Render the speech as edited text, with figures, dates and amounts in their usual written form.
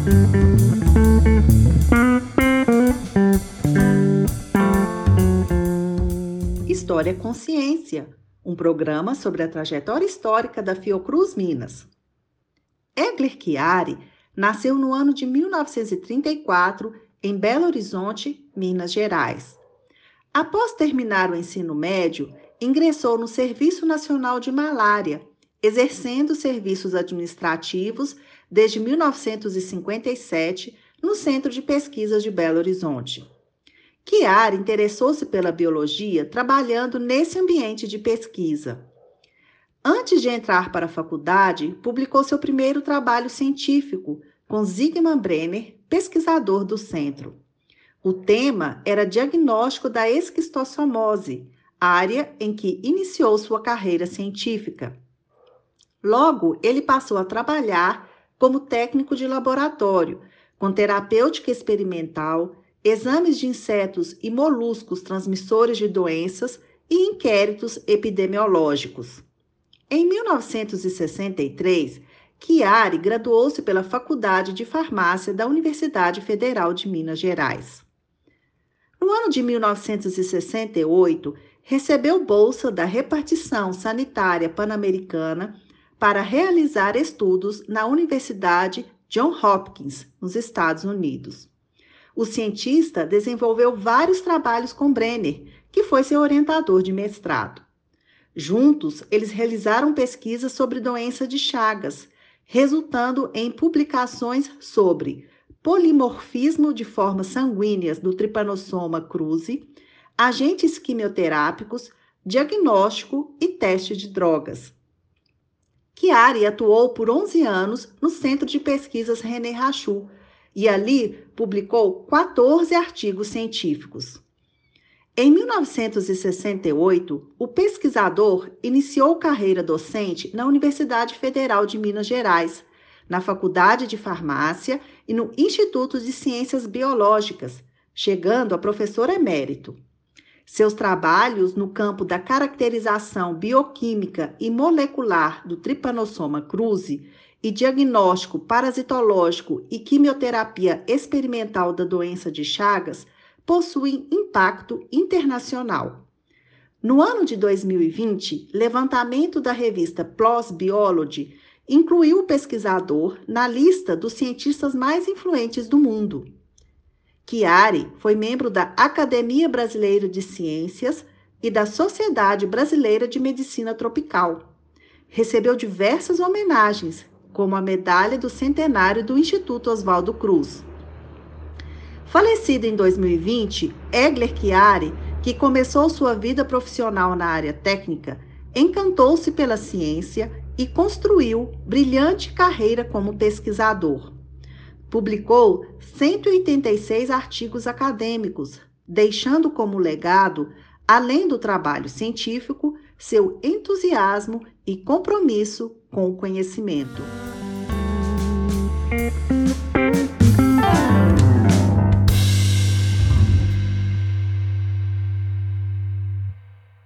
História Consciência, um programa sobre a trajetória histórica da Fiocruz Minas. Egler Chiari nasceu no ano de 1934 em Belo Horizonte, Minas Gerais. Após terminar o ensino médio, ingressou no Serviço Nacional de Malária, exercendo serviços administrativos desde 1957 no Centro de Pesquisas de Belo Horizonte. Chiari interessou-se pela biologia trabalhando nesse ambiente de pesquisa. Antes de entrar para a faculdade, publicou seu primeiro trabalho científico com Zygmunt Brenner, pesquisador do centro. O tema era diagnóstico da esquistossomose, área em que iniciou sua carreira científica. Logo, ele passou a trabalhar como técnico de laboratório, com terapêutica experimental, exames de insetos e moluscos transmissores de doenças e inquéritos epidemiológicos. Em 1963, Chiari graduou-se pela Faculdade de Farmácia da Universidade Federal de Minas Gerais. No ano de 1968, recebeu bolsa da Repartição Sanitária Pan-Americana para realizar estudos na Universidade Johns Hopkins, nos Estados Unidos. O cientista desenvolveu vários trabalhos com Brenner, que foi seu orientador de mestrado. Juntos, eles realizaram pesquisas sobre doença de Chagas, resultando em publicações sobre polimorfismo de formas sanguíneas do Trypanosoma cruzi, agentes quimioterápicos, diagnóstico e teste de drogas. Chiari atuou por 11 anos no Centro de Pesquisas René Rachou e ali publicou 14 artigos científicos. Em 1968, o pesquisador iniciou carreira docente na Universidade Federal de Minas Gerais, na Faculdade de Farmácia e no Instituto de Ciências Biológicas, chegando a professor emérito. Seus trabalhos no campo da caracterização bioquímica e molecular do Trypanosoma cruzi e diagnóstico parasitológico e quimioterapia experimental da doença de Chagas possuem impacto internacional. No ano de 2020, levantamento da revista PLOS Biology incluiu o pesquisador na lista dos cientistas mais influentes do mundo. Chiari foi membro da Academia Brasileira de Ciências e da Sociedade Brasileira de Medicina Tropical. Recebeu diversas homenagens, como a Medalha do Centenário do Instituto Oswaldo Cruz. Falecido em 2020, Egler Chiari, que começou sua vida profissional na área técnica, encantou-se pela ciência e construiu brilhante carreira como pesquisador. Publicou 186 artigos acadêmicos, deixando como legado, além do trabalho científico, seu entusiasmo e compromisso com o conhecimento.